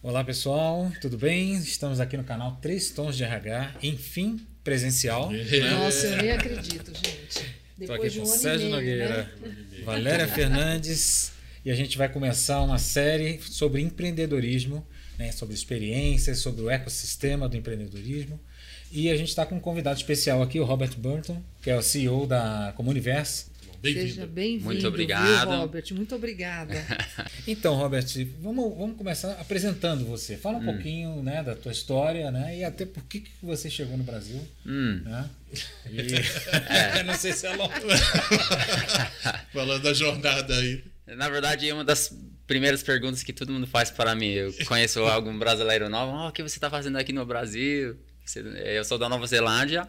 Olá pessoal, tudo bem? Estamos aqui no canal 3 Tons de RH, enfim, presencial. Nossa, eu nem acredito, gente. Estou aqui Depois de com um ano Sérgio e meio, Nogueira, né? Valéria Fernandes, e a gente vai começar uma série sobre empreendedorismo, né, sobre experiências, sobre o ecossistema do empreendedorismo. E a gente está com um convidado especial aqui, o Robert Burton, que é o CEO da Comuniverse. Seja bem-vindo, Muito obrigado. viu, Robert? Muito obrigada. Então, Robert, vamos começar apresentando você. Fala um pouquinho, né, da tua história, né, e até por que você chegou no Brasil. Né? Eu não sei se é longo. Falando da jornada aí. Na verdade, é uma das primeiras perguntas que todo mundo faz para mim. Eu conheço algum brasileiro novo. O que você está fazendo aqui no Brasil? Eu sou da Nova Zelândia.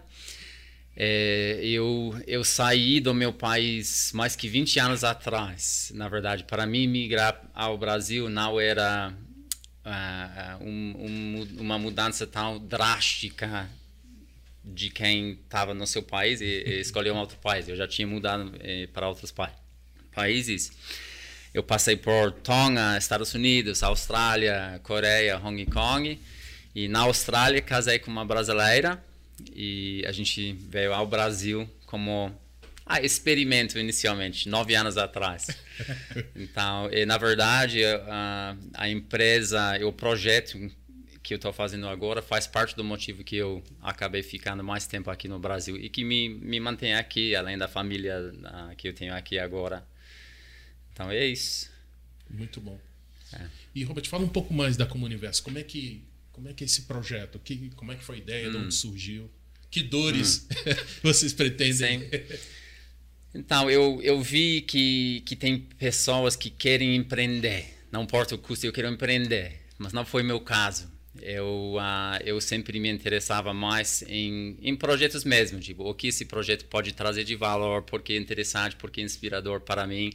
Eu saí do meu país mais que 20 anos atrás. Na verdade, para mim, migrar ao Brasil não era uma mudança tão drástica de quem estava no seu país e escolheu um outro país. Eu já tinha mudado para outros países. Eu passei por Tonga, Estados Unidos, Austrália, Coreia, Hong Kong. E na Austrália, casei com uma brasileira. E a gente veio ao Brasil como experimento inicialmente, 9 anos atrás. Então, na verdade, a empresa, o projeto que eu estou fazendo agora faz parte do motivo que eu acabei ficando mais tempo aqui no Brasil e que me mantém aqui, além da família que eu tenho aqui agora. Então, é isso. Muito bom. E, Robert, fala um pouco mais da Comuniverse. Como é que é esse projeto? Como é que foi a ideia? De onde surgiu? Que dores vocês pretendem? Sim. Então, eu vi que tem pessoas que querem empreender. Não importa o custo, eu quero empreender. Mas não foi meu caso. Eu sempre me interessava mais em projetos mesmo. Tipo, o que esse projeto pode trazer de valor, porque é interessante, porque é inspirador para mim,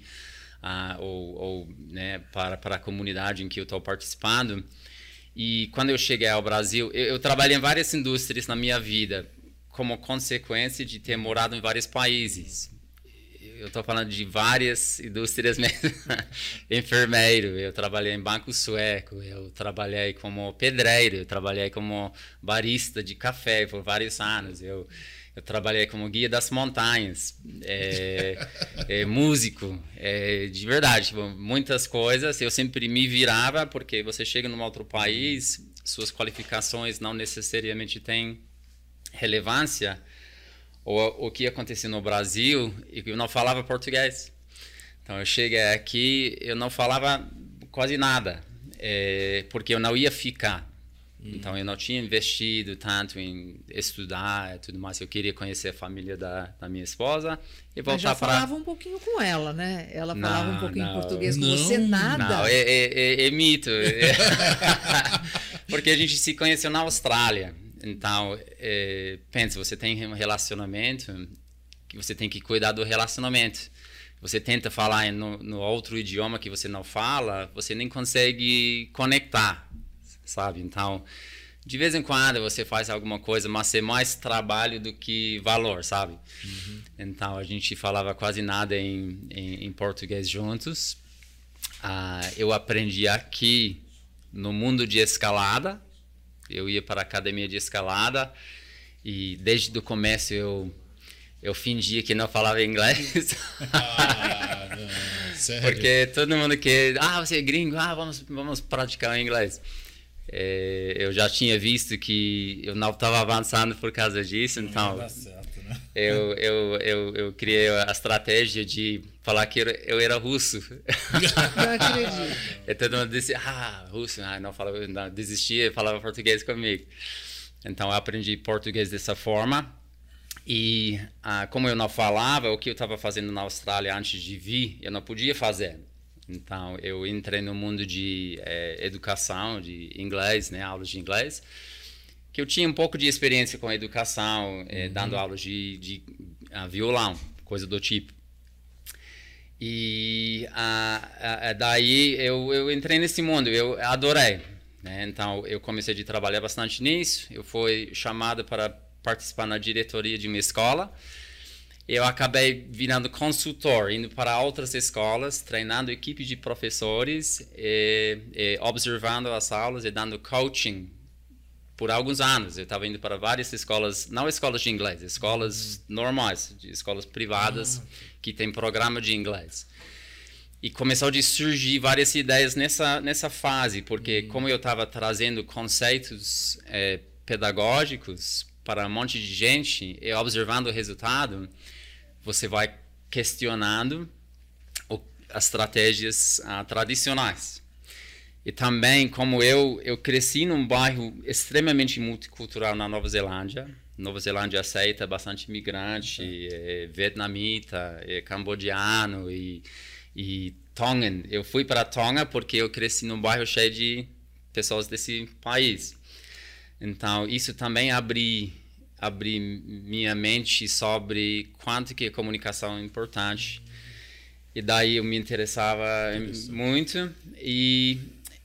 né, para a comunidade em que eu estou participando. E quando eu cheguei ao Brasil, eu trabalhei em várias indústrias na minha vida, como consequência de ter morado em vários países. Eu estou falando de várias indústrias mesmo. Enfermeiro, eu trabalhei em banco sueco, eu trabalhei como pedreiro, eu trabalhei como barista de café por vários anos, eu trabalhei como guia das montanhas, músico, de verdade, tipo, muitas coisas. Eu sempre me virava, porque você chega num outro país, suas qualificações não necessariamente têm relevância. O que aconteceu no Brasil, eu não falava português. Então eu cheguei aqui, eu não falava quase nada, porque eu não ia ficar. Então, eu não tinha investido tanto em estudar e tudo mais. Eu queria conhecer a família da minha esposa e voltar. Mas já para... falava um pouquinho com ela, né? Ela falava um pouquinho em português com Não, você, nada. Não, é mito. Porque a gente se conheceu na Austrália. Então, pensa, você tem um relacionamento que você tem que cuidar do relacionamento. Você tenta falar no outro idioma que você não fala, você nem consegue conectar. Sabe? Então, de vez em quando você faz alguma coisa, mas é mais trabalho do que valor, sabe? Então, a gente falava quase nada em português juntos. Eu aprendi aqui no mundo de escalada. Eu ia para a academia de escalada e desde o começo eu fingia que não falava inglês. Não, sério? Porque todo mundo quer... você é gringo? Vamos praticar o inglês. Eu já tinha visto que eu não estava avançando por causa disso, então Certo, né? eu criei a estratégia de falar que eu era russo. Não acredito. E todo mundo disse, russo, não desistia, falava português comigo. Então eu aprendi português dessa forma. E como eu não falava, o que eu estava fazendo na Austrália antes de vir, eu não podia fazer. Então, eu entrei no mundo de educação, de inglês, né, aulas de inglês, que eu tinha um pouco de experiência com a educação, dando aulas de violão, coisa do tipo. E daí eu entrei nesse mundo, eu adorei. Né? Então, eu comecei a trabalhar bastante nisso, eu fui chamado para participar na diretoria de uma escola. eu acabei virando consultor, indo para outras escolas, treinando equipe de professores, observando as aulas e dando coaching por alguns anos. Eu estava indo para várias escolas, não escolas de inglês, escolas normais, de escolas privadas que têm programa de inglês. E começou a surgir várias ideias nessa fase, porque como eu estava trazendo conceitos pedagógicos para um monte de gente, e observando o resultado, você vai questionando as estratégias tradicionais. E também, como eu cresci num bairro extremamente multicultural na Nova Zelândia. Nova Zelândia aceita bastante imigrante, vietnamita, cambodiano e Tongan. Eu fui para Tonga porque eu cresci num bairro cheio de pessoas desse país. Então, isso também abri minha mente sobre quanto que a comunicação é importante. E daí eu me interessava muito e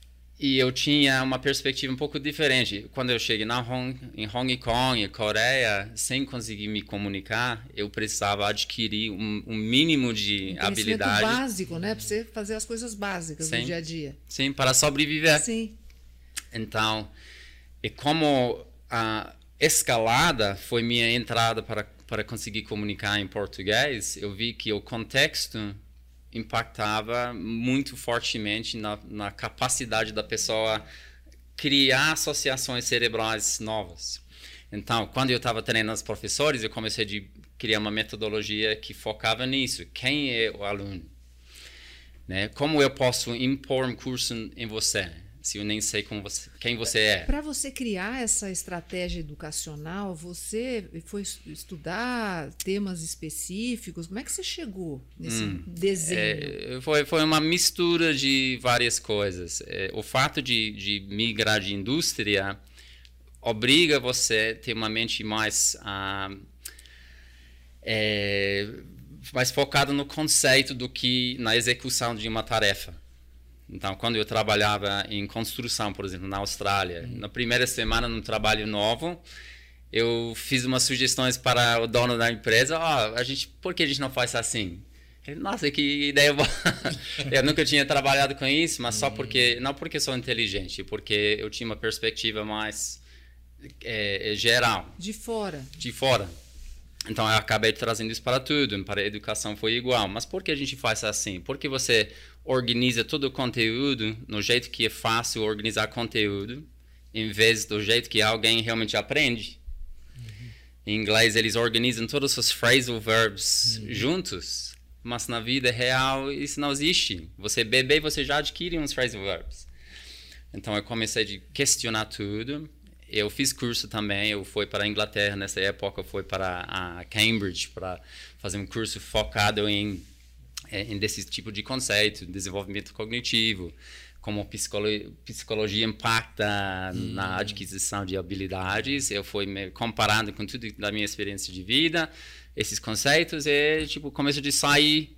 eu tinha uma perspectiva um pouco diferente. Quando eu cheguei em Hong Kong e Coreia, sem conseguir me comunicar, eu precisava adquirir um mínimo de habilidade. Básico, né? Para você fazer as coisas básicas do dia a dia. Sim, para sobreviver. Sim. Então, e como a escalada foi minha entrada para conseguir comunicar em português, eu vi que o contexto impactava muito fortemente na capacidade da pessoa criar associações cerebrais novas. Então, quando eu estava treinando os professores, eu comecei a criar uma metodologia que focava nisso. Quem é o aluno? Né? Como eu posso impor um curso em você, se eu nem sei quem você é? Para você criar essa estratégia educacional, você foi estudar temas específicos? Como é que você chegou nesse desenho? Foi uma mistura de várias coisas. O fato de migrar de indústria obriga você a ter uma mente mais focada no conceito do que na execução de uma tarefa. Então, quando eu trabalhava em construção, por exemplo, na Austrália, na primeira semana num trabalho novo, eu fiz umas sugestões para o dono da empresa. Por que a gente não faz assim? Ele, nossa, que ideia boa. Eu nunca tinha trabalhado com isso, mas só porque... Não porque sou inteligente, porque eu tinha uma perspectiva mais geral. De fora. De fora. Então, eu acabei trazendo isso para tudo. Para a educação foi igual. Mas por que a gente faz assim? Por que você organiza todo o conteúdo no jeito que é fácil organizar conteúdo, em vez do jeito que alguém realmente aprende? Em inglês, eles organizam todos os phrasal verbs juntos, mas na vida real isso não existe. Você bebe, você já adquire uns phrasal verbs. Então, eu comecei a questionar tudo. Eu fiz curso também, eu fui para a Inglaterra nessa época, eu fui para a Cambridge para fazer um curso focado em desse tipo de conceito, desenvolvimento cognitivo, como psicologia impacta na adquisição de habilidades. Eu fui me comparando com tudo da minha experiência de vida, esses conceitos, e começou a sair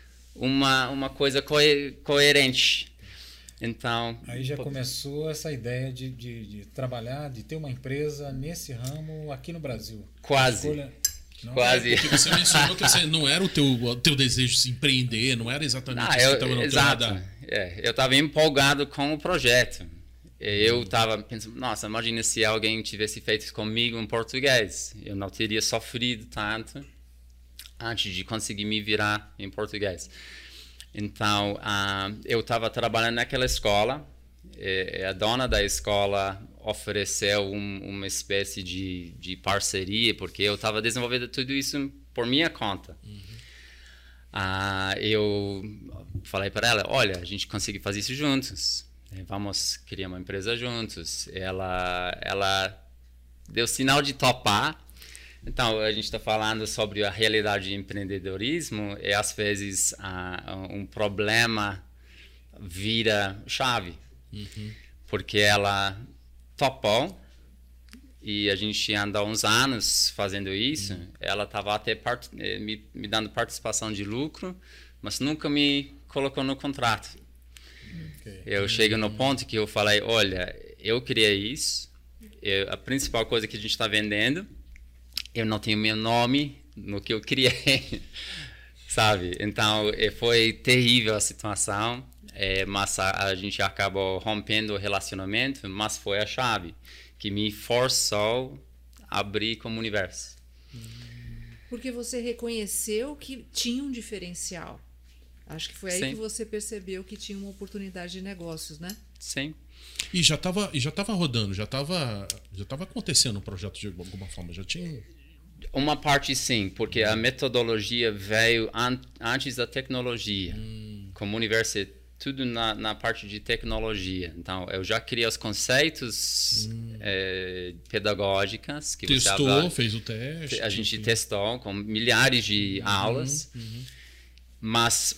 uma coisa coerente. Então, aí já começou essa ideia de trabalhar, de ter uma empresa nesse ramo aqui no Brasil. Quase. Quase. Porque você mencionou que você não era o teu desejo de se empreender, não era exatamente isso que estava no teu radar. Eu estava empolgado com o projeto. Eu estava pensando, nossa, imagina se alguém tivesse feito isso comigo em português. Eu não teria sofrido tanto antes de conseguir me virar em português. Então, eu estava trabalhando naquela escola. A dona da escola ofereceu uma espécie de parceria, porque eu estava desenvolvendo tudo isso por minha conta. Eu falei para ela, olha, a gente consegue fazer isso juntos. Vamos criar uma empresa juntos. Ela deu sinal de topar. Então, a gente está falando sobre a realidade de empreendedorismo e, às vezes, um problema vira chave. Porque ela topou e a gente anda há uns anos fazendo isso. Ela estava até me dando participação de lucro, mas nunca me colocou no contrato. Eu chego no ponto que eu falei, olha, eu criei isso, a principal coisa que a gente está vendendo, eu não tenho meu nome no que eu criei, sabe? Então, foi terrível a situação, mas a gente acabou rompendo o relacionamento, mas foi a chave que me forçou a abrir como universo. Porque você reconheceu que tinha um diferencial. Acho que foi aí Sim. que você percebeu que tinha uma oportunidade de negócios, né? Sim. E já estava rodando, já estava acontecendo o projeto de alguma forma, já tinha. Uma parte sim, porque a metodologia veio antes da tecnologia. Como universo, é tudo na parte de tecnologia. Então, eu já criei os conceitos pedagógicos. Que Testou, fez o teste. A gente testou com milhares de aulas. Mas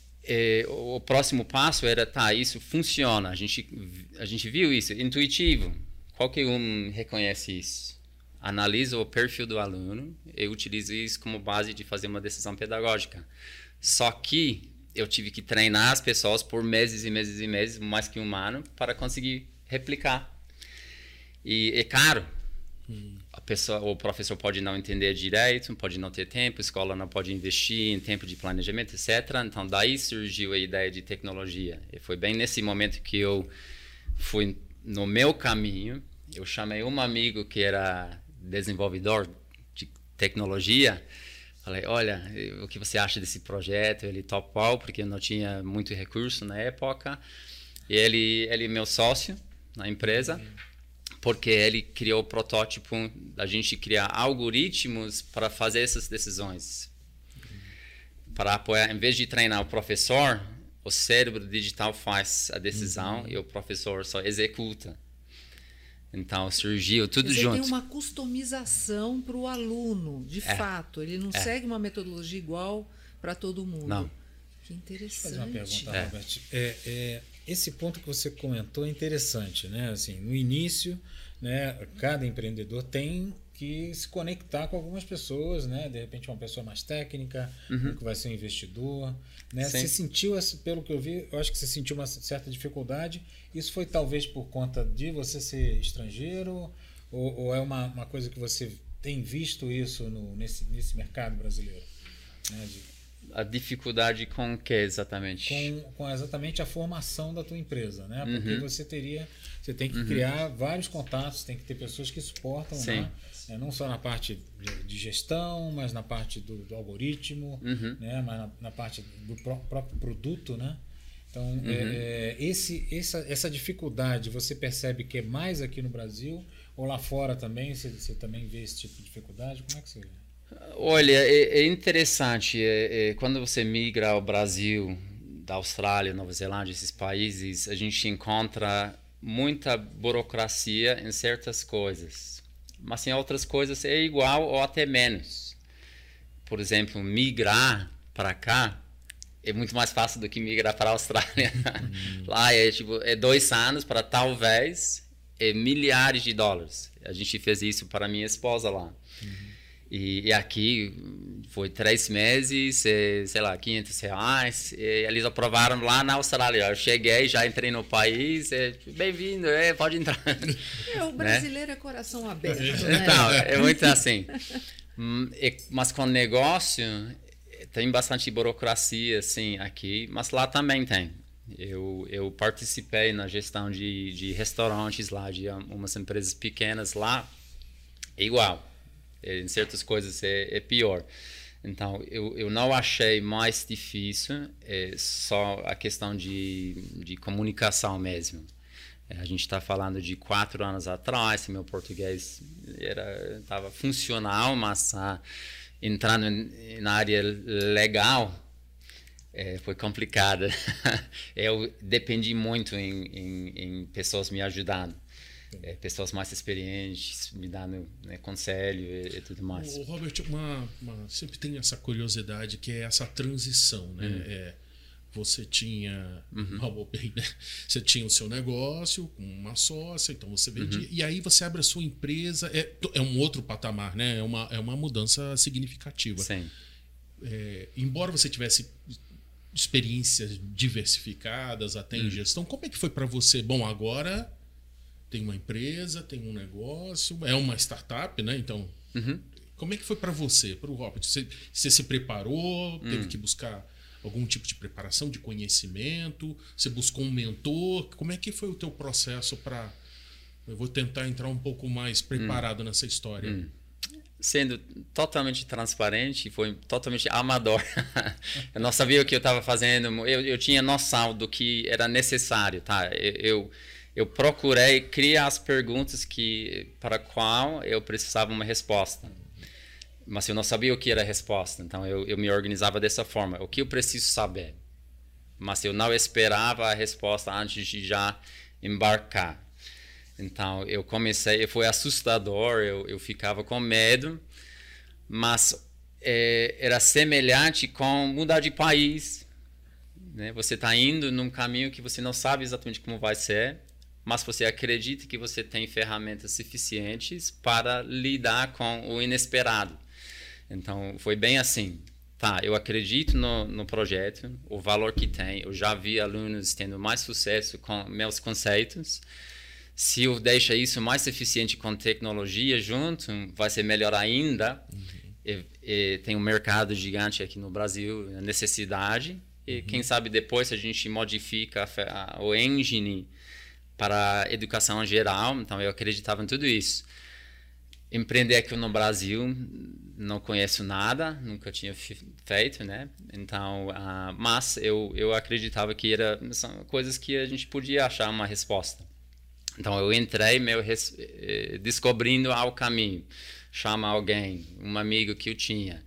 o próximo passo era, isso funciona. A gente viu isso, intuitivo. Qualquer um reconhece isso. Analiso o perfil do aluno e utilizo isso como base de fazer uma decisão pedagógica. Só que eu tive que treinar as pessoas por meses e meses e meses, mais que um ano, para conseguir replicar. E é caro. O professor pode não entender direito, pode não ter tempo, a escola não pode investir em tempo de planejamento, etc. Então, daí surgiu a ideia de tecnologia. E foi bem nesse momento que eu fui no meu caminho. Eu chamei um amigo que era desenvolvedor de tecnologia. Falei, olha, o que você acha desse projeto? Ele topou, porque eu não tinha muito recurso na época. E ele é meu sócio na empresa, porque ele criou o protótipo da gente criar algoritmos para fazer essas decisões. Para apoiar, em vez de treinar o professor, o cérebro digital faz a decisão e o professor só executa. Então, surgiu tudo junto. Tem uma customização para o aluno, de fato. Ele não segue uma metodologia igual para todo mundo. Não. Que interessante. Vou fazer uma pergunta, Robert. Esse ponto que você comentou é interessante, né? Assim, no início, né, cada empreendedor tem que se conectar com algumas pessoas, né? De repente uma pessoa mais técnica, que vai ser um investidor, né? Você sentiu, pelo que eu vi, eu acho que você sentiu uma certa dificuldade. Isso foi talvez por conta de você ser estrangeiro ou é uma coisa que você tem visto isso nesse mercado brasileiro? Né? A dificuldade com o que exatamente? Com exatamente a formação da tua empresa, né? Porque você tem que criar vários contatos, tem que ter pessoas que suportam, né? Não só na parte de gestão, mas na parte do algoritmo, né? Mas na parte do próprio produto, né? Então, essa dificuldade você percebe que é mais aqui no Brasil ou lá fora também? Você também vê esse tipo de dificuldade? Como é que você vê? Olha, é interessante. Quando você migra ao Brasil, da Austrália, Nova Zelândia, esses países, a gente encontra muita burocracia em certas coisas. Mas em outras coisas é igual ou até menos. Por exemplo, migrar para cá é muito mais fácil do que migrar para a Austrália. Lá é 2 anos para talvez milhares de dólares. A gente fez isso para minha esposa lá. E aqui foi 3 meses, sei lá, R$500. E eles aprovaram lá na Austrália. Eu cheguei, já entrei no país. Bem-vindo, pode entrar. O brasileiro é coração aberto. Né? Então, é muito assim. Mas com negócio, tem bastante burocracia assim, aqui, mas lá também tem. Eu participei na gestão de restaurantes lá, de umas empresas pequenas lá. É igual. Em certas coisas é pior. Então, eu não achei mais difícil, só a questão de comunicação mesmo. A gente está falando de 4 anos atrás, meu português estava funcional, mas entrando na área legal foi complicada. Eu dependi muito em pessoas me ajudando. Pessoas mais experientes me dando conselho e tudo mais. O Robert, sempre tem essa curiosidade que é essa transição, né? Você tinha você tinha o seu negócio com uma sócia, então você vendia e aí você abre a sua empresa, é um outro patamar, né? É uma mudança significativa. Sim. Embora você tivesse experiências diversificadas até em gestão, como é que foi para você? Bom, agora tem uma empresa, tem um negócio, é uma startup, né? Então, Como é que foi para você, para o Robert? Você se preparou, teve que buscar algum tipo de preparação, de conhecimento? Você buscou um mentor? Como é que foi o teu processo para... Eu vou tentar entrar um pouco mais preparado nessa história. Sendo totalmente transparente, foi totalmente amador. Eu não sabia o que eu estava fazendo, eu tinha noção do que era necessário, tá? Eu procurei criar as perguntas para qual eu precisava uma resposta. Mas eu não sabia o que era a resposta, então eu me organizava dessa forma. O que eu preciso saber? Mas eu não esperava a resposta antes de já embarcar. Então, eu comecei, foi assustador, eu ficava com medo, mas era semelhante com mudar de país, né? Você está indo num caminho que você não sabe exatamente como vai ser, mas você acredita que você tem ferramentas suficientes para lidar com o inesperado. Então, foi bem assim. Tá, eu acredito no projeto, o valor que tem, eu já vi alunos tendo mais sucesso com meus conceitos. Se eu deixar isso mais eficiente com tecnologia junto, vai ser melhor ainda. Tem um mercado gigante aqui no Brasil, a necessidade. E quem sabe depois a gente modifica o engine para a educação em geral. Então, eu acreditava em tudo isso. Empreender aqui no Brasil, não conheço nada, nunca tinha feito, né? Então, mas eu acreditava que são coisas que a gente podia achar uma resposta. Então, eu entrei descobrindo o caminho. Chama alguém, um amigo que eu tinha.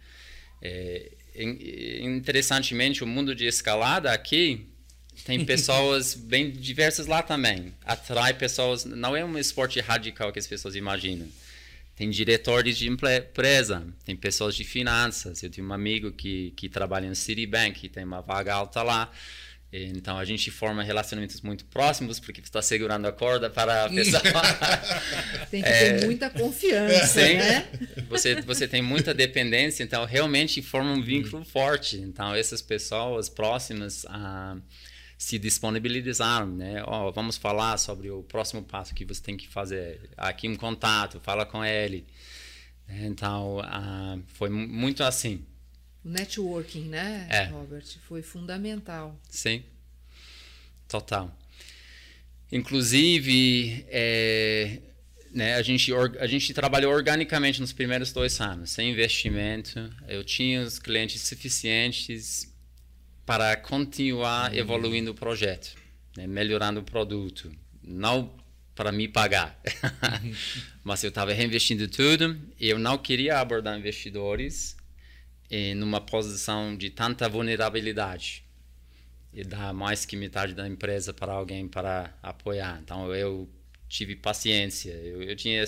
Interessantemente, o mundo de escalada aqui tem pessoas bem diversas lá também. Atrai pessoas... Não é um esporte radical que as pessoas imaginam. Tem diretores de empresa, tem pessoas de finanças. Eu tenho um amigo que trabalha no Citibank, que tem uma vaga alta lá. Então, a gente forma relacionamentos muito próximos, porque você está segurando a corda para a pessoa. Tem que ter muita confiança, sim, né? Você tem muita dependência, então realmente forma um vínculo forte. Então, essas pessoas próximas se disponibilizaram, né? Vamos falar sobre o próximo passo que você tem que fazer. Aqui um contato, fala com ele. Então, foi muito assim. O networking, né, Robert? Foi fundamental. Sim, total. Inclusive, né, a gente trabalhou organicamente nos primeiros 2 anos, sem investimento. Eu tinha os clientes suficientes para continuar evoluindo o projeto, né, melhorando o produto. Não para me pagar, mas eu estava reinvestindo tudo e eu não queria abordar investidores numa posição de tanta vulnerabilidade e dar mais que metade da empresa para alguém para apoiar. Então, eu tive paciência, eu tinha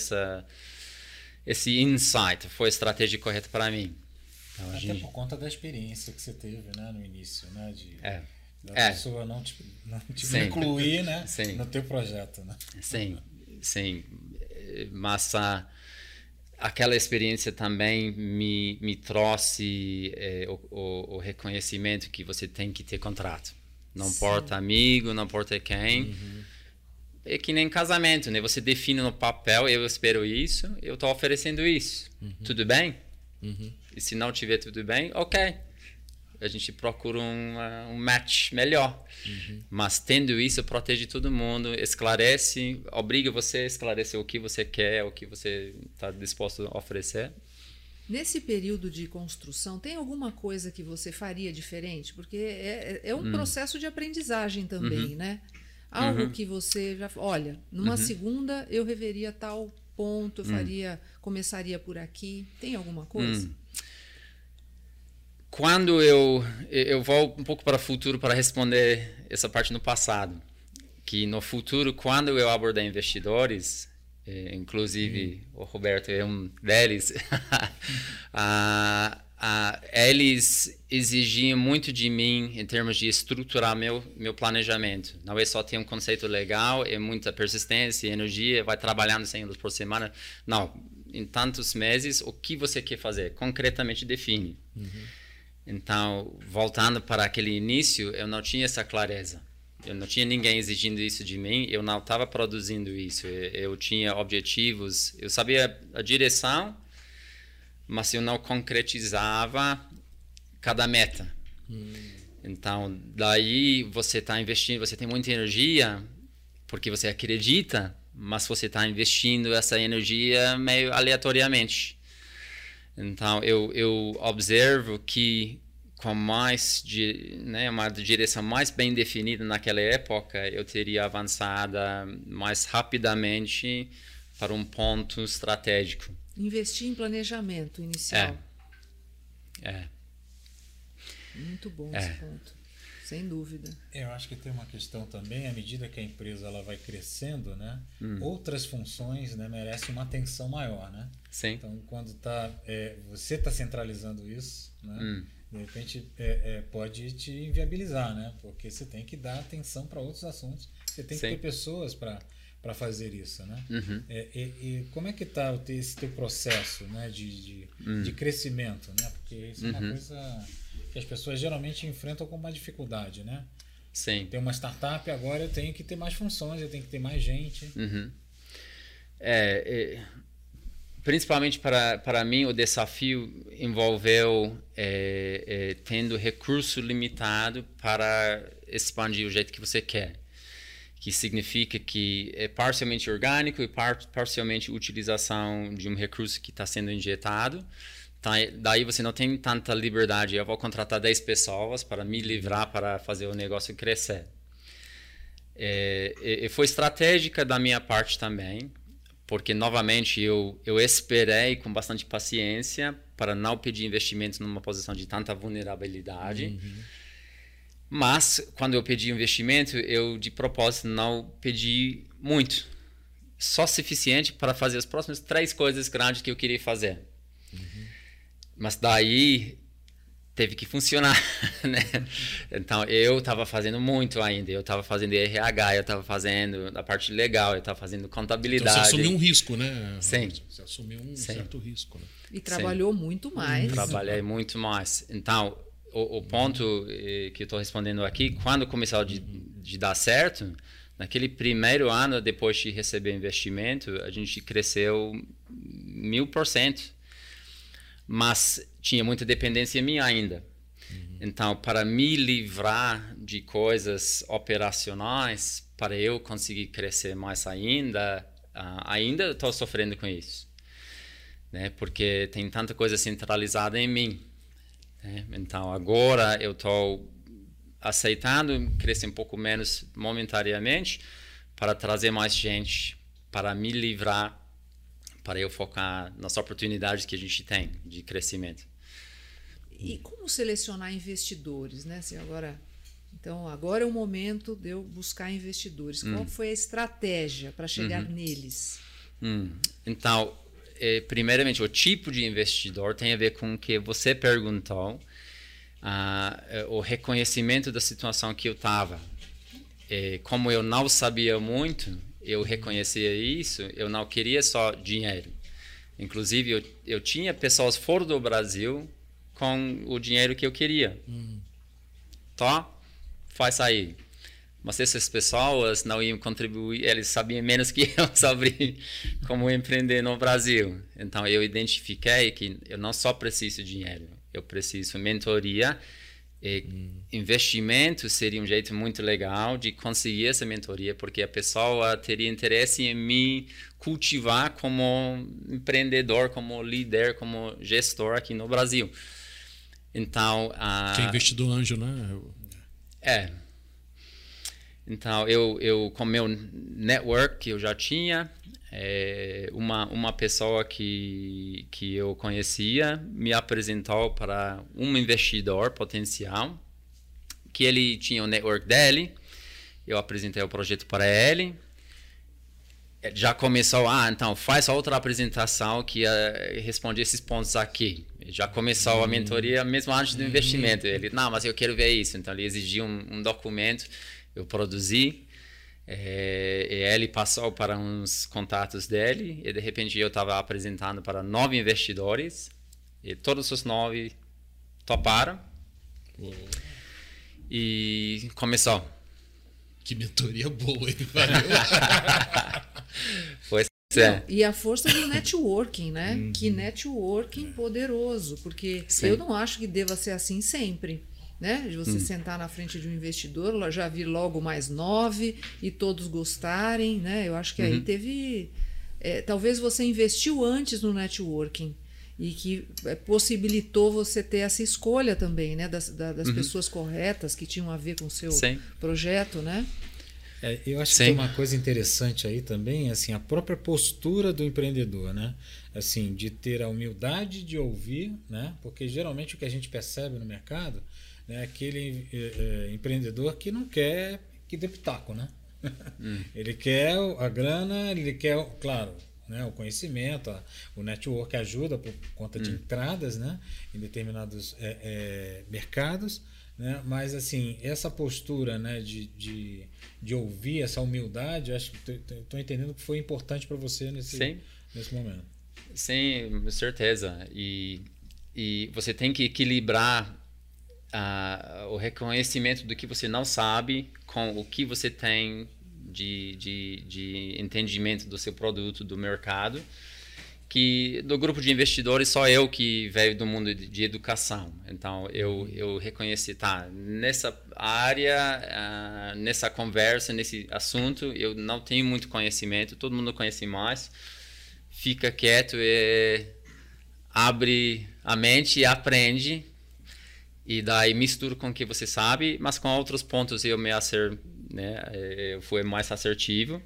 esse insight, foi a estratégia correta para mim. Então, até por conta da experiência que você teve, né, no início, né, da pessoa não te incluir, né, no teu projeto, né? Sim, mas aquela experiência também me trouxe o reconhecimento que você tem que ter contrato. Não importa amigo, não importa quem. É que nem casamento, né? Você define no papel, eu espero isso, eu estou oferecendo isso. Tudo bem? E se não tiver tudo bem, ok. A gente procura um match melhor. Mas tendo isso, protege todo mundo, esclarece, obriga você a esclarecer o que você quer, o que você está disposto a oferecer. Nesse período de construção, tem alguma coisa que você faria diferente? Porque é um processo de aprendizagem também, né? Algo que você já... Olha, numa segunda eu reveria tal ponto, eu começaria por aqui. Tem alguma coisa? Quando eu vou um pouco para o futuro para responder essa parte no passado, que no futuro, quando eu abordei investidores, inclusive o Roberto é um deles, eles exigiam muito de mim em termos de estruturar meu planejamento. Não é só ter um conceito legal, é muita persistência, energia, vai trabalhando 100 horas por semana. Não, em tantos meses, o que você quer fazer? Concretamente define. Então, voltando para aquele início, eu não tinha essa clareza. Eu não tinha ninguém exigindo isso de mim, eu não estava produzindo isso. Eu tinha objetivos, eu sabia a direção, mas eu não concretizava cada meta. Então, daí você está investindo, você tem muita energia, porque você acredita, mas você está investindo essa energia meio aleatoriamente. Então, eu observo que com mais, uma direção mais bem definida naquela época, eu teria avançado mais rapidamente para um ponto estratégico. Investir em planejamento inicial. É. Muito bom esse ponto, sem dúvida. Eu acho que tem uma questão também, à medida que a empresa ela vai crescendo, né? Outras funções, né, merecem uma atenção maior, né? Sim. Então, quando você está centralizando isso, né? De repente pode te inviabilizar, né? Porque você tem que dar atenção para outros assuntos, você tem que ter pessoas para fazer isso, né? E como é que está esse teu processo, né, de crescimento, né? Porque isso é uma coisa que as pessoas geralmente enfrentam com uma dificuldade, né? Sim. Tem uma startup, agora eu tenho que ter mais funções, eu tenho que ter mais gente. Principalmente para mim, o desafio envolveu tendo recurso limitado para expandir o jeito que você quer. Que significa que é parcialmente orgânico e parcialmente utilização de um recurso que está sendo injetado. Daí você não tem tanta liberdade. Eu vou contratar 10 pessoas para me livrar para fazer o negócio crescer. Foi estratégica da minha parte também, porque novamente eu esperei com bastante paciência para não pedir investimentos numa posição de tanta vulnerabilidade. Mas quando eu pedi investimento, eu de propósito não pedi muito, só suficiente para fazer as próximas 3 coisas grandes que eu queria fazer. Mas daí teve que funcionar, né? Então eu estava fazendo muito ainda. Eu estava fazendo RH, eu estava fazendo a parte legal, eu estava fazendo contabilidade. Então você assumiu um risco, né? Sim. Você assumiu um certo risco, né? E trabalhou muito mais. Trabalhei muito mais. Então o ponto que eu estou respondendo aqui, quando começou de dar certo, naquele primeiro ano depois de receber investimento, a gente cresceu 1000%. Mas tinha muita dependência minha ainda. Então, para me livrar de coisas operacionais, para eu conseguir crescer mais ainda estou sofrendo com isso, né? Porque tem tanta coisa centralizada em mim, né? Então, agora eu estou aceitando crescer um pouco menos momentaneamente para trazer mais gente, para me livrar, para eu focar nas oportunidades que a gente tem de crescimento. E como selecionar investidores, né? Então, agora é o momento de eu buscar investidores. Qual foi a estratégia para chegar neles? Então, primeiramente, o tipo de investidor tem a ver com o que você perguntou, o reconhecimento da situação que eu estava. Como eu não sabia muito, eu reconhecia isso, eu não queria só dinheiro. Inclusive, eu tinha pessoas fora do Brasil com o dinheiro que eu queria. Tá? Faz aí. Mas essas pessoas não iam contribuir, eles sabiam menos que eu sobre como empreender no Brasil. Então, eu identifiquei que eu não só preciso de dinheiro, eu preciso de mentoria. Investimento seria um jeito muito legal de conseguir essa mentoria, porque a pessoa teria interesse em me cultivar como empreendedor, como líder, como gestor aqui no Brasil. Então, que é investidor anjo, né? Então, eu com meu network que eu já tinha, uma pessoa que eu conhecia me apresentou para um investidor potencial, que ele tinha o network dele, eu apresentei o projeto para ele, já começou, então faz outra apresentação que responde esses pontos aqui. Já começou a mentoria mesmo antes do investimento. Ele, não, mas eu quero ver isso. Então ele exigiu um documento, eu produzi, e ele passou para uns contatos dele, e de repente eu estava apresentando para 9 investidores, e todos os 9 toparam, e começou. Que mentoria boa, hein? Valeu. Foi Não, e a força do networking, né? Que networking poderoso, porque eu não acho que deva ser assim sempre, né? De você sentar na frente de um investidor, já vir logo mais 9 e todos gostarem, né? Eu acho que aí teve... talvez você investiu antes no networking e que possibilitou você ter essa escolha também, né? Das pessoas corretas que tinham a ver com o seu projeto, né? Eu acho que tem uma coisa interessante aí também, assim, a própria postura do empreendedor, né? Assim, de ter a humildade de ouvir, né? Porque geralmente o que a gente percebe no mercado é aquele empreendedor que não quer que dê pitaco, né? Ele quer a grana, ele quer, claro, né, o conhecimento, o network ajuda por conta de entradas, né, em determinados mercados, né, mas assim, essa postura, né, de ouvir, essa humildade, eu acho que estou entendendo que foi importante para você nesse momento. Sim, com certeza. E você tem que equilibrar o reconhecimento do que você não sabe com o que você tem de entendimento do seu produto, do mercado, que do grupo de investidores só eu que veio do mundo de educação. Então eu reconheci, nessa área, nessa conversa, nesse assunto, eu não tenho muito conhecimento, todo mundo conhece mais, fica quieto e abre a mente e aprende. E daí misturo com o que você sabe, mas com outros pontos eu eu fui mais assertivo.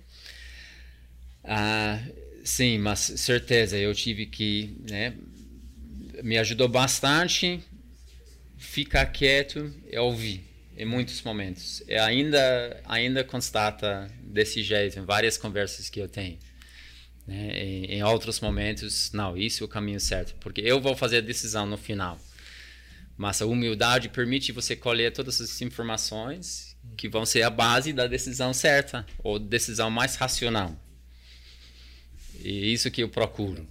Sim, mas certeza, eu tive que, me ajudou bastante ficar quieto e ouvir em muitos momentos. E ainda constata desse jeito em várias conversas que eu tenho. Em outros momentos, não, isso é o caminho certo, porque eu vou fazer a decisão no final. Mas a humildade permite você colher todas essas informações que vão ser a base da decisão certa, ou decisão mais racional. E isso que eu procuro.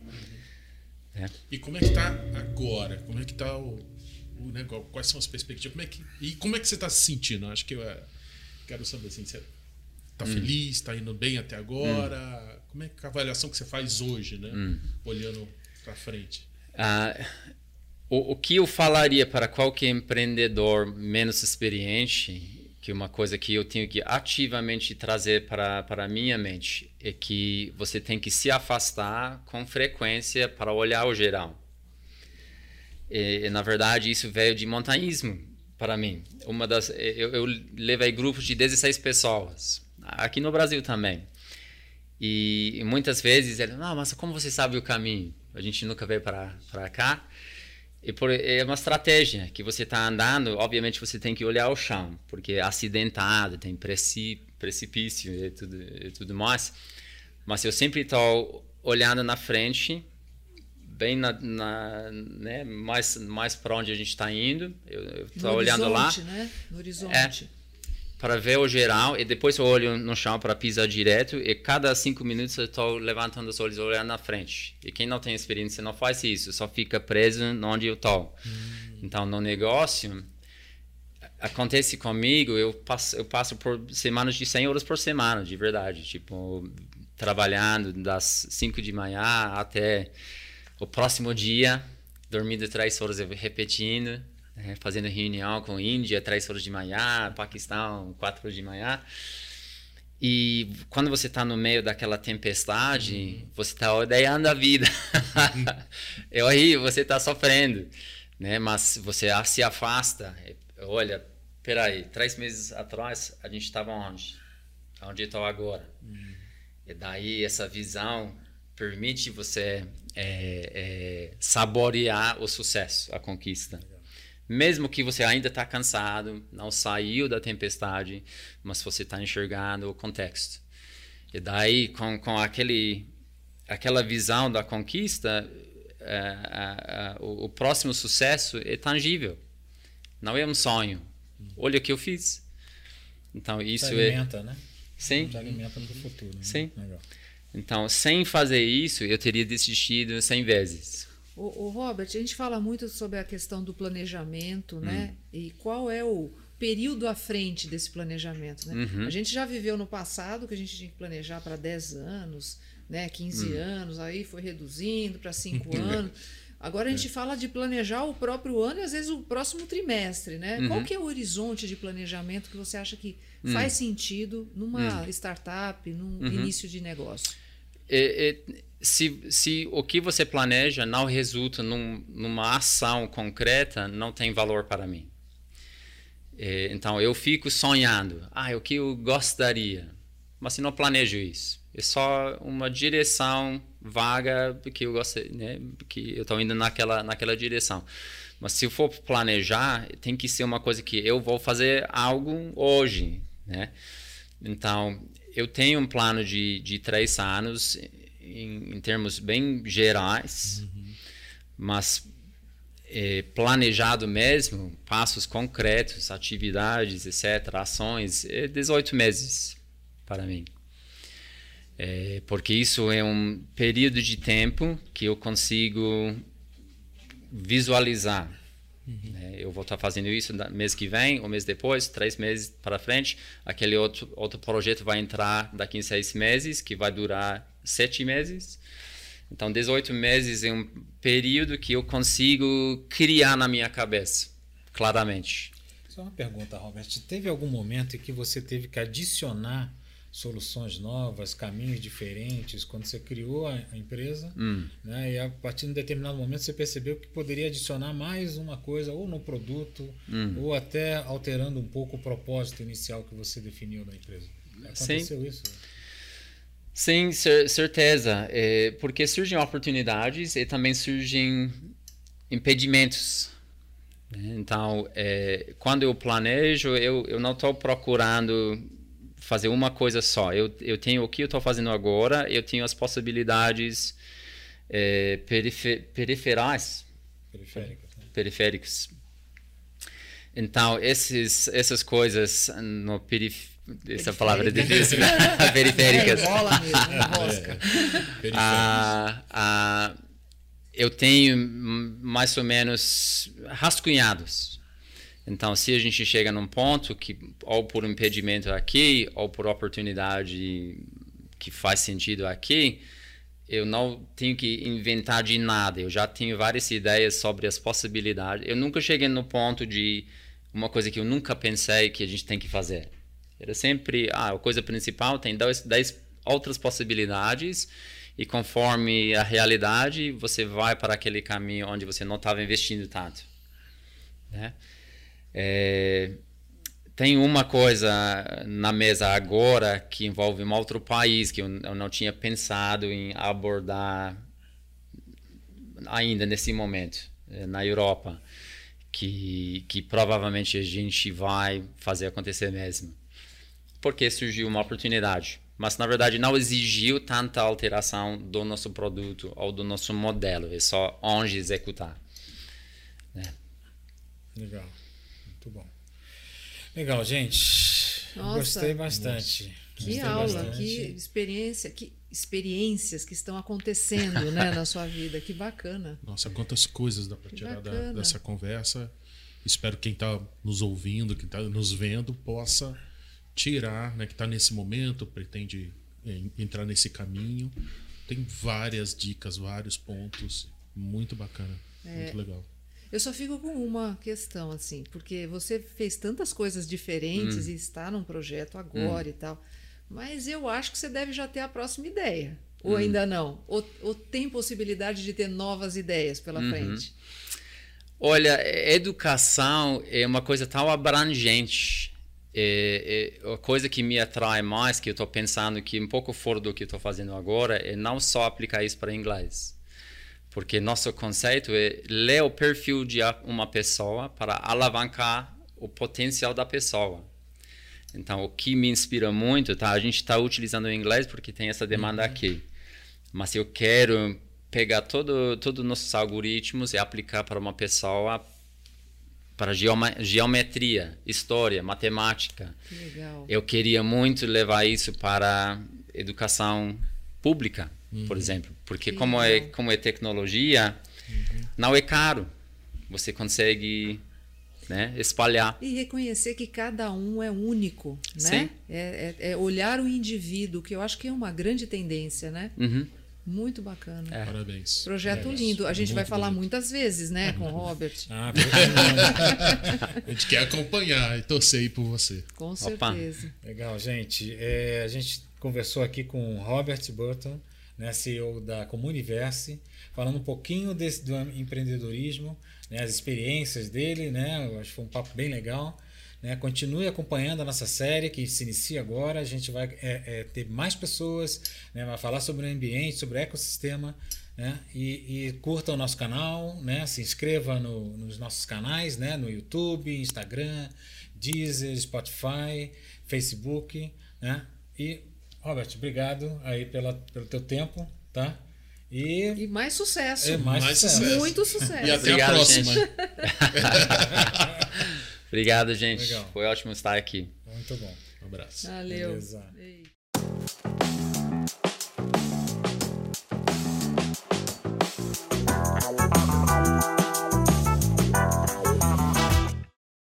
E como é que está agora? Como é que está o negócio? Quais são as perspectivas? Como é que você está se sentindo? Acho que eu quero saber assim, você está feliz? Está indo bem até agora? Como é que a avaliação que você faz hoje, né? Olhando para frente? O que eu falaria para qualquer empreendedor menos experiente, que uma coisa que eu tenho que ativamente trazer para a minha mente, é que você tem que se afastar com frequência para olhar o geral. E na verdade, isso veio de montanhismo para mim. Eu levei grupos de 16 pessoas, aqui no Brasil também. E muitas vezes, mas como você sabe o caminho? A gente nunca veio para cá. É uma estratégia que você está andando, obviamente você tem que olhar o chão, porque é acidentado, tem precipício e tudo mais. Mas eu sempre estou olhando na frente, bem mais para onde a gente está indo. Eu estou olhando lá. Né? No horizonte. Para ver o geral, e depois eu olho no chão para pisar direto, e cada 5 minutos eu estou levantando os olhos e olhando na frente. E quem não tem experiência não faz isso, só fica preso onde eu estou. Então, no negócio, acontece comigo, eu passo por semanas de 100 horas por semana, de verdade. Tipo, trabalhando das 5 de manhã até o próximo dia, dormindo 3 horas e repetindo. Fazendo reunião com Índia, 3 horas de manhã, Paquistão, 4 horas de manhã. E quando você está no meio daquela tempestade, você está odiando a vida. É horrível, você está sofrendo. Mas você se afasta. Olha, peraí, 3 meses atrás a gente estava onde? Onde eu estou agora. E daí essa visão permite você saborear o sucesso, a conquista. Mesmo que você ainda está cansado, não saiu da tempestade, mas você está enxergando o contexto. E daí, com aquela visão da conquista, o próximo sucesso é tangível. Não é um sonho. Olha o que eu fiz. Então, isso alimenta, né? Sim. Te alimenta para o futuro. Né? Sim. Legal. Então, sem fazer isso, eu teria desistido 100 vezes. O Robert, a gente fala muito sobre a questão do planejamento, né? E qual é o período à frente desse planejamento, né? A gente já viveu no passado que a gente tinha que planejar para 10 anos, né? 15 anos, aí foi reduzindo para 5 anos. Agora a gente fala de planejar o próprio ano e às vezes o próximo trimestre, né? Qual que é o horizonte de planejamento que você acha que faz sentido numa startup, num início de negócio? Se o que você planeja não resulta numa ação concreta, não tem valor para mim. Então eu fico sonhando, o que eu gostaria, mas se não planejo isso, é só uma direção vaga porque eu gosto, né? Que eu estou indo naquela direção. Mas se eu for planejar, tem que ser uma coisa que eu vou fazer algo hoje, né? Então eu tenho um plano de 3 anos em termos bem gerais, mas planejado mesmo, passos concretos, atividades, etc., ações, 18 meses para mim. Porque isso é um período de tempo que eu consigo visualizar. Eu vou estar fazendo isso no mês que vem, o mês depois, 3 meses para frente. Aquele outro projeto vai entrar daqui em 6 meses, que vai durar 7 meses. Então, 18 meses é um período que eu consigo criar na minha cabeça, claramente. Só uma pergunta, Robert. Teve algum momento em que você teve que adicionar soluções novas, caminhos diferentes, quando você criou a empresa, né? E a partir de um determinado momento você percebeu que poderia adicionar mais uma coisa, ou no produto, ou até alterando um pouco o propósito inicial que você definiu da empresa? Aconteceu isso? Sim, certeza. Porque surgem oportunidades e também surgem impedimentos. Então, quando eu planejo, eu não estou procurando fazer uma coisa só. Eu tenho o que eu estou fazendo agora, eu tenho as possibilidades periféricas. Então, essas coisas no essa palavra é difícil. Periféricas. Bola mesmo, rosca. Eu tenho mais ou menos rascunhados. Então, se a gente chega num ponto que, ou por impedimento aqui, ou por oportunidade que faz sentido aqui, eu não tenho que inventar de nada. Eu já tenho várias ideias sobre as possibilidades. Eu nunca cheguei no ponto de uma coisa que eu nunca pensei que a gente tem que fazer. Era sempre a coisa principal, tem 10 outras possibilidades, e conforme a realidade, você vai para aquele caminho onde você não estava investindo tanto. Né? Tem uma coisa na mesa agora que envolve um outro país que eu não tinha pensado em abordar ainda nesse momento, na Europa, que provavelmente a gente vai fazer acontecer mesmo. Porque surgiu uma oportunidade, mas na verdade não exigiu tanta alteração do nosso produto ou do nosso modelo, é só onde executar. Legal, muito bom. Legal, gente. Nossa, gostei bastante. Nossa. Que aula, que experiências que estão acontecendo, né, na sua vida. Que bacana. Nossa, quantas coisas dá para tirar dessa conversa. Espero que quem está nos ouvindo, quem está nos vendo, possa tirar, né, que está nesse momento, pretende entrar nesse caminho. Tem várias dicas, vários pontos. Muito bacana, muito legal. Eu só fico com uma questão, assim, porque você fez tantas coisas diferentes e está num projeto agora e tal, mas eu acho que você deve já ter a próxima ideia. Ou ainda não? Ou tem possibilidade de ter novas ideias pela frente? Olha, educação é uma coisa tão abrangente. A coisa que me atrai mais, que eu estou pensando que um pouco fora do que estou fazendo agora, é não só aplicar isso para inglês. Porque nosso conceito é ler o perfil de uma pessoa para alavancar o potencial da pessoa. Então, o que me inspira muito, a gente está utilizando o inglês porque tem essa demanda aqui. Mas eu quero pegar todos nossos algoritmos e aplicar para uma pessoa, para geometria, história, matemática. Que legal. Eu queria muito levar isso para educação pública, por exemplo. Porque como é tecnologia, não é caro. Você consegue né? Espalhar. E reconhecer que cada um é único, né? Sim. É olhar o indivíduo, que eu acho que é uma grande tendência, né? Uhum. Muito bacana. Parabéns. Projeto lindo. A gente vai falar muitas vezes, né, com o Robert. A gente quer acompanhar e torcer aí por você. Com certeza. Legal, gente. A gente conversou aqui com o Robert Burton, né, CEO da Comuniverse, falando um pouquinho do empreendedorismo, né, as experiências dele, né? Eu acho que foi um papo bem legal. Né? Continue acompanhando a nossa série que se inicia agora. A gente vai ter mais pessoas, né? Vai falar sobre o ambiente, sobre o ecossistema, né? E curta o nosso canal, né? Se inscreva nos nossos canais, né? No YouTube, Instagram, Deezer, Spotify, Facebook, né? E Robert, obrigado aí pelo teu tempo, tá? E mais sucesso. Mais sucesso. Muito sucesso. E até a próxima. Obrigado, gente. Legal. Foi ótimo estar aqui. Muito bom. Um abraço. Valeu. Beleza. Ei.